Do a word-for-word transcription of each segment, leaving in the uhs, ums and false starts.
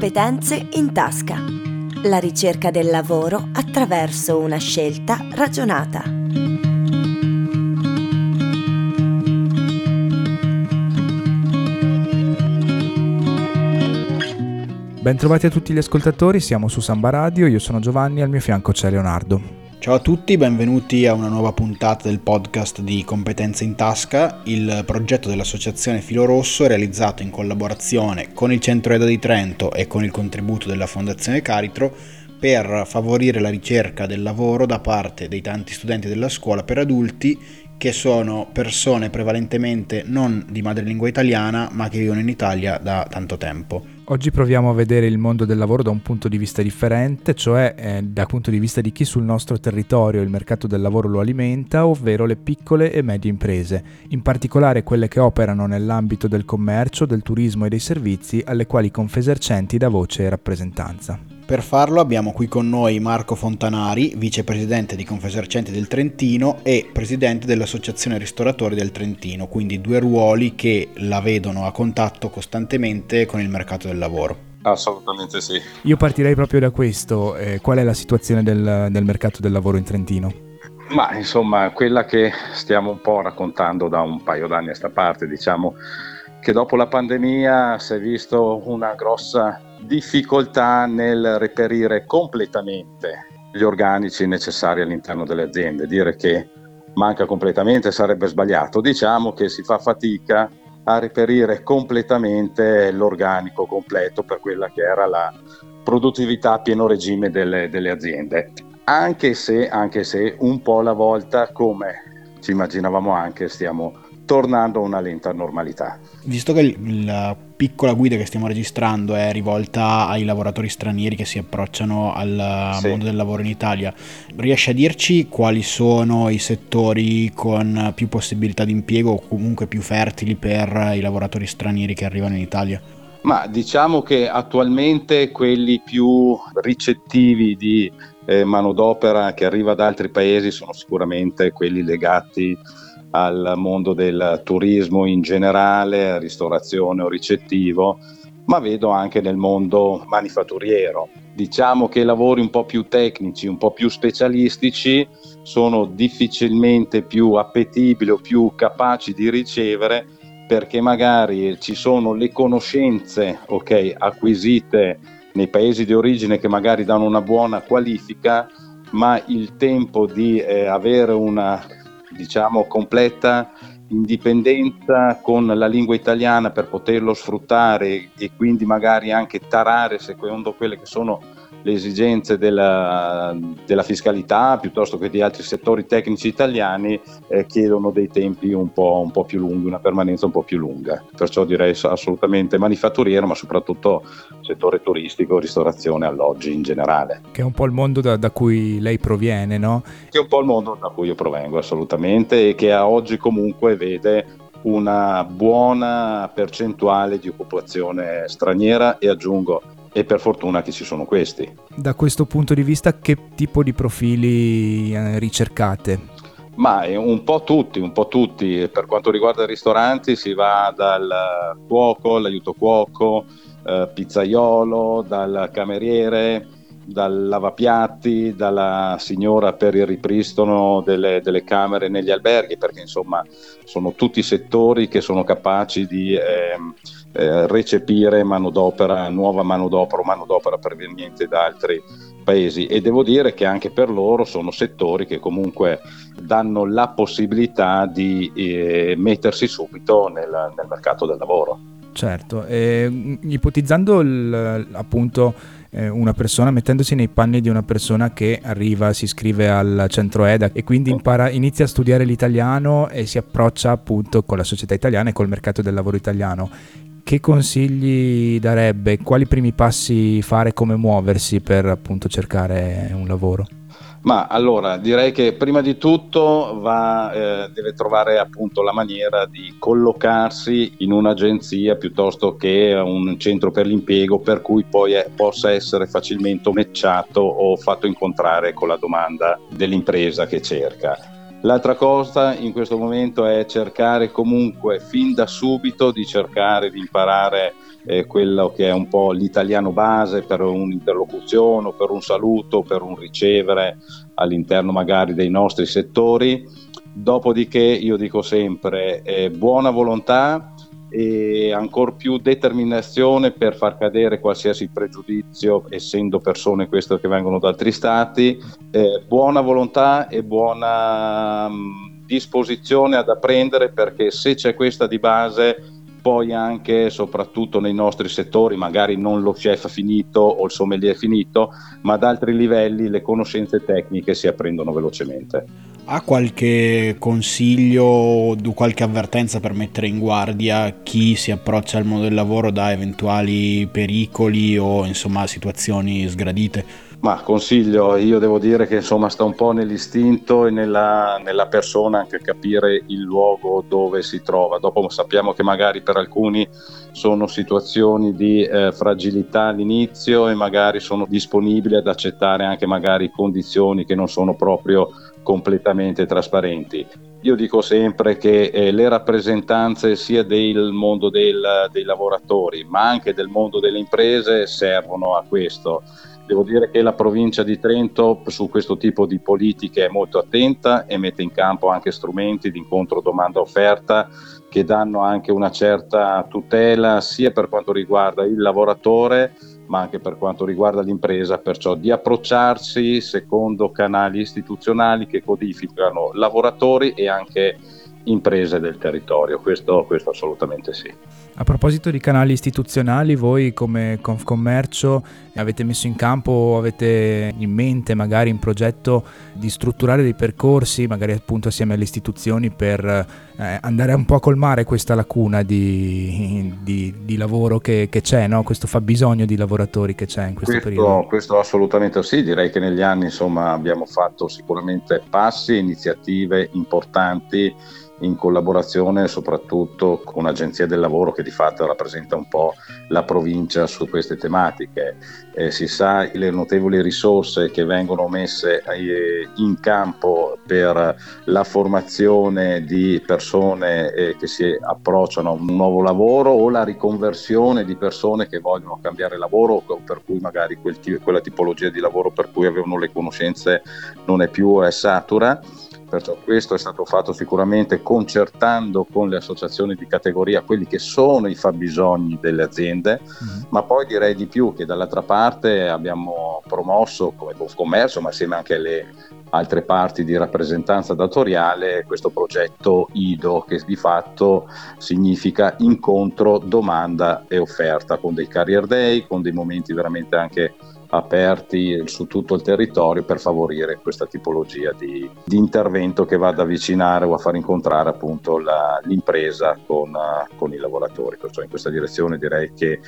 Competenze in tasca. La ricerca del lavoro attraverso una scelta ragionata. Bentrovati a tutti gli ascoltatori, siamo su Samba Radio, io sono Giovanni, al mio fianco c'è Leonardo. Ciao a tutti, benvenuti a una nuova puntata del podcast di Competenze in tasca, il progetto dell'associazione Filo Rosso realizzato in collaborazione con il Centro EDA di Trento e con il contributo della Fondazione Caritro per favorire la ricerca del lavoro da parte dei tanti studenti della scuola per adulti che sono persone prevalentemente non di madrelingua italiana ma che vivono in Italia da tanto tempo. Oggi proviamo a vedere il mondo del lavoro da un punto di vista differente, cioè eh, dal punto di vista di chi sul nostro territorio il mercato del lavoro lo alimenta, ovvero le piccole e medie imprese, in particolare quelle che operano nell'ambito del commercio, del turismo e dei servizi, alle quali Confesercenti dà voce e rappresentanza. Per farlo abbiamo qui con noi Marco Fontanari, vicepresidente di Confesercenti del Trentino e presidente dell'Associazione Ristoratori del Trentino, quindi due ruoli che la vedono a contatto costantemente con il mercato del lavoro. Assolutamente sì. Io partirei proprio da questo, eh, qual è la situazione del, del mercato del lavoro in Trentino? Ma insomma, quella che stiamo un po' raccontando da un paio d'anni a sta parte, diciamo che dopo la pandemia si è visto una grossa difficoltà nel reperire completamente gli organici necessari all'interno delle aziende. Dire che manca completamente sarebbe sbagliato, diciamo che si fa fatica a reperire completamente l'organico completo per quella che era la produttività a pieno regime delle, delle aziende, anche se, anche se un po' alla volta, come ci immaginavamo anche, stiamo tornando a una lenta normalità. Visto che la piccola guida che stiamo registrando è rivolta ai lavoratori stranieri che si approcciano al sì. mondo del lavoro in Italia, riesci a dirci quali sono i settori con più possibilità di impiego o comunque più fertili per i lavoratori stranieri che arrivano in Italia? Ma diciamo che attualmente quelli più ricettivi di eh, manodopera che arriva da altri paesi sono sicuramente quelli legati al mondo del turismo in generale, ristorazione o ricettivo, ma vedo anche nel mondo manifatturiero. Diciamo che lavori un po' più tecnici, un po' più specialistici sono difficilmente più appetibili o più capaci di ricevere, perché magari ci sono le conoscenze ok, acquisite nei paesi di origine che magari danno una buona qualifica, ma il tempo di eh, avere una diciamo completa indipendenza con la lingua italiana per poterlo sfruttare e quindi magari anche tarare secondo quelle che sono le esigenze della, della fiscalità piuttosto che di altri settori tecnici italiani eh, chiedono dei tempi un po', un po' più lunghi, una permanenza un po' più lunga, perciò direi assolutamente manifatturiero, ma soprattutto settore turistico, ristorazione, alloggi in generale. Che è un po' il mondo da, da cui lei proviene, no? Che è un po' il mondo da cui io provengo assolutamente e che a oggi comunque vede una buona percentuale di occupazione straniera e aggiungo e per fortuna che ci sono questi. Da questo punto di vista che tipo di profili eh, ricercate? Ma un po' tutti, un po' tutti. Per quanto riguarda i ristoranti si va dal cuoco, l'aiuto cuoco, eh, pizzaiolo, dal cameriere, dal lavapiatti, dalla signora per il ripristino delle, delle camere negli alberghi, perché insomma sono tutti settori che sono capaci di eh, eh, recepire manodopera, nuova manodopera o manodopera proveniente da altri paesi, e devo dire che anche per loro sono settori che comunque danno la possibilità di eh, mettersi subito nel, nel mercato del lavoro. Certo, e, ipotizzando il, appunto eh, una persona, mettendosi nei panni di una persona che arriva, si iscrive al centro E D A e quindi impara, inizia a studiare l'italiano e si approccia appunto con la società italiana e col mercato del lavoro italiano, che consigli darebbe? Quali primi passi fare, come muoversi per appunto cercare un lavoro? Ma allora direi che prima di tutto va, eh, deve trovare appunto la maniera di collocarsi in un'agenzia piuttosto che un centro per l'impiego, per cui poi è, possa essere facilmente matchato o fatto incontrare con la domanda dell'impresa che cerca. L'altra cosa in questo momento è cercare comunque fin da subito di cercare di imparare eh, quello che è un po' l'italiano base per un'interlocuzione, per un saluto, per un ricevere all'interno magari dei nostri settori. Dopodiché io dico sempre eh, buona volontà e ancor più determinazione per far cadere qualsiasi pregiudizio, essendo persone queste che vengono da altri stati, eh, buona volontà e buona mh, disposizione ad apprendere, perché se c'è questa di base, poi anche soprattutto nei nostri settori, magari non lo chef finito o il sommelier finito, ma ad altri livelli le conoscenze tecniche si apprendono velocemente. Ha qualche consiglio o qualche avvertenza per mettere in guardia chi si approccia al mondo del lavoro da eventuali pericoli o insomma situazioni sgradite? Ma consiglio, io devo dire che insomma sta un po' nell'istinto e nella, nella persona anche capire il luogo dove si trova. Dopo sappiamo che magari per alcuni sono situazioni di eh, fragilità all'inizio e magari sono disponibili ad accettare anche magari condizioni che non sono proprio completamente trasparenti. Io dico sempre che eh, le rappresentanze sia del mondo del, dei lavoratori ma anche del mondo delle imprese servono a questo. Devo dire che la provincia di Trento su questo tipo di politiche è molto attenta e mette in campo anche strumenti di incontro domanda-offerta che danno anche una certa tutela sia per quanto riguarda il lavoratore ma anche per quanto riguarda l'impresa, perciò di approcciarsi secondo canali istituzionali che codificano lavoratori e anche imprese del territorio, questo, questo assolutamente sì. A proposito di canali istituzionali, voi come Confcommercio avete messo in campo o avete in mente magari in progetto di strutturare dei percorsi, magari appunto assieme alle istituzioni, per eh, andare un po' a colmare questa lacuna di, di, di lavoro che, che c'è, no? Questo fabbisogno di lavoratori che c'è in questo, questo periodo? Questo assolutamente sì, direi che negli anni insomma abbiamo fatto sicuramente passi, iniziative importanti in collaborazione soprattutto con l'Agenzia del Lavoro che di fatto rappresenta un po' la provincia su queste tematiche. Eh, si sa le notevoli risorse che vengono messe eh, in campo per la formazione di persone eh, che si approcciano a un nuovo lavoro o la riconversione di persone che vogliono cambiare lavoro o per cui magari quel t- quella tipologia di lavoro per cui avevano le conoscenze non è più eh, satura. Perciò questo è stato fatto sicuramente concertando con le associazioni di categoria quelli che sono i fabbisogni delle aziende, mm-hmm. ma poi direi di più che dall'altra parte abbiamo promosso come Confcommercio, ma assieme anche alle altre parti di rappresentanza datoriale, questo progetto I D O che di fatto significa incontro, domanda e offerta, con dei career day, con dei momenti veramente anche aperti su tutto il territorio per favorire questa tipologia di, di intervento che va ad avvicinare o a far incontrare appunto la, l'impresa con, uh, con i lavoratori. Perciò in questa direzione direi che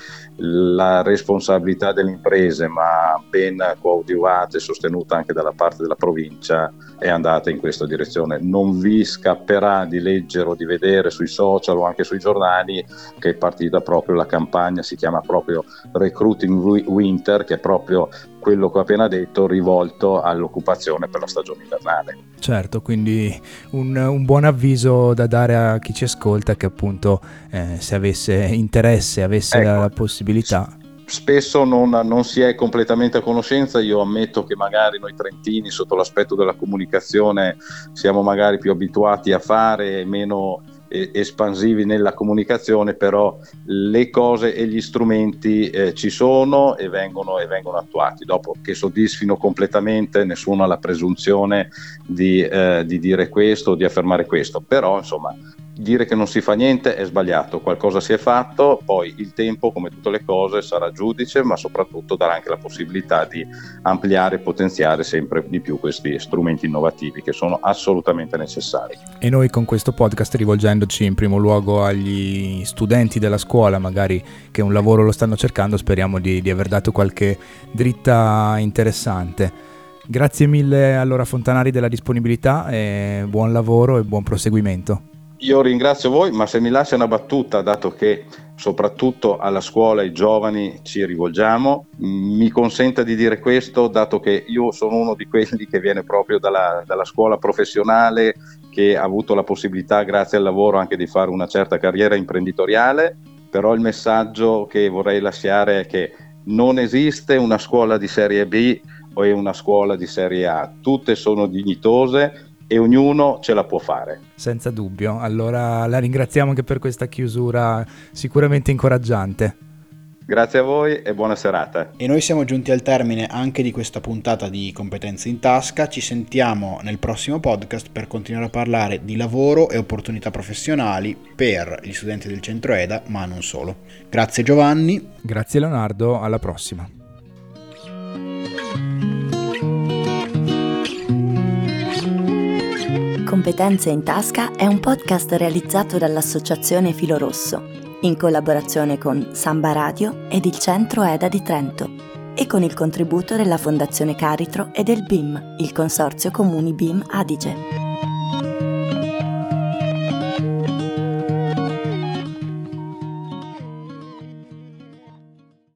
la responsabilità delle imprese, ma ben coadiuvata e sostenuta anche dalla parte della provincia, è andata in questa direzione. Non vi scapperà di leggere o di vedere sui social o anche sui giornali che è partita proprio la campagna, si chiama proprio Recruiting Winter, che è proprio quello che ho appena detto, rivolto all'occupazione per la stagione invernale. Certo, quindi un, un buon avviso da dare a chi ci ascolta, che appunto eh, se avesse interesse, avesse ecco, la possibilità. Spesso non, non si è completamente a conoscenza. Io ammetto che magari noi trentini sotto l'aspetto della comunicazione siamo magari più abituati a fare, meno espansivi nella comunicazione, però le cose e gli strumenti eh, ci sono e vengono, e vengono attuati. Dopo che soddisfino completamente, nessuno ha la presunzione di, eh, di dire questo o di affermare questo, però insomma dire che non si fa niente è sbagliato, qualcosa si è fatto, poi il tempo come tutte le cose sarà giudice, ma soprattutto darà anche la possibilità di ampliare e potenziare sempre di più questi strumenti innovativi che sono assolutamente necessari. E noi con questo podcast, rivolgendoci in primo luogo agli studenti della scuola magari che un lavoro lo stanno cercando, speriamo di, di aver dato qualche dritta interessante. Grazie mille allora Fontanari della disponibilità e buon lavoro e buon proseguimento. Io ringrazio voi, ma se mi lascia una battuta, dato che soprattutto alla scuola, ai giovani ci rivolgiamo. Mi consenta di dire questo, dato che io sono uno di quelli che viene proprio dalla, dalla scuola professionale, che ha avuto la possibilità, grazie al lavoro, anche di fare una certa carriera imprenditoriale, però il messaggio che vorrei lasciare è che non esiste una scuola di serie B o una scuola di serie A, tutte sono dignitose e ognuno ce la può fare. Senza dubbio. Allora la ringraziamo anche per questa chiusura sicuramente incoraggiante. Grazie a voi e buona serata. E noi siamo giunti al termine anche di questa puntata di Competenze in Tasca. Ci sentiamo nel prossimo podcast per continuare a parlare di lavoro e opportunità professionali per gli studenti del centro E D A, ma non solo. Grazie Giovanni. Grazie Leonardo, alla prossima. Competenze in Tasca è un podcast realizzato dall'Associazione Filo Rosso, in collaborazione con Samba Radio ed il Centro E D A di Trento, e con il contributo della Fondazione Caritro e del B I M, il Consorzio Comuni B I M Adige.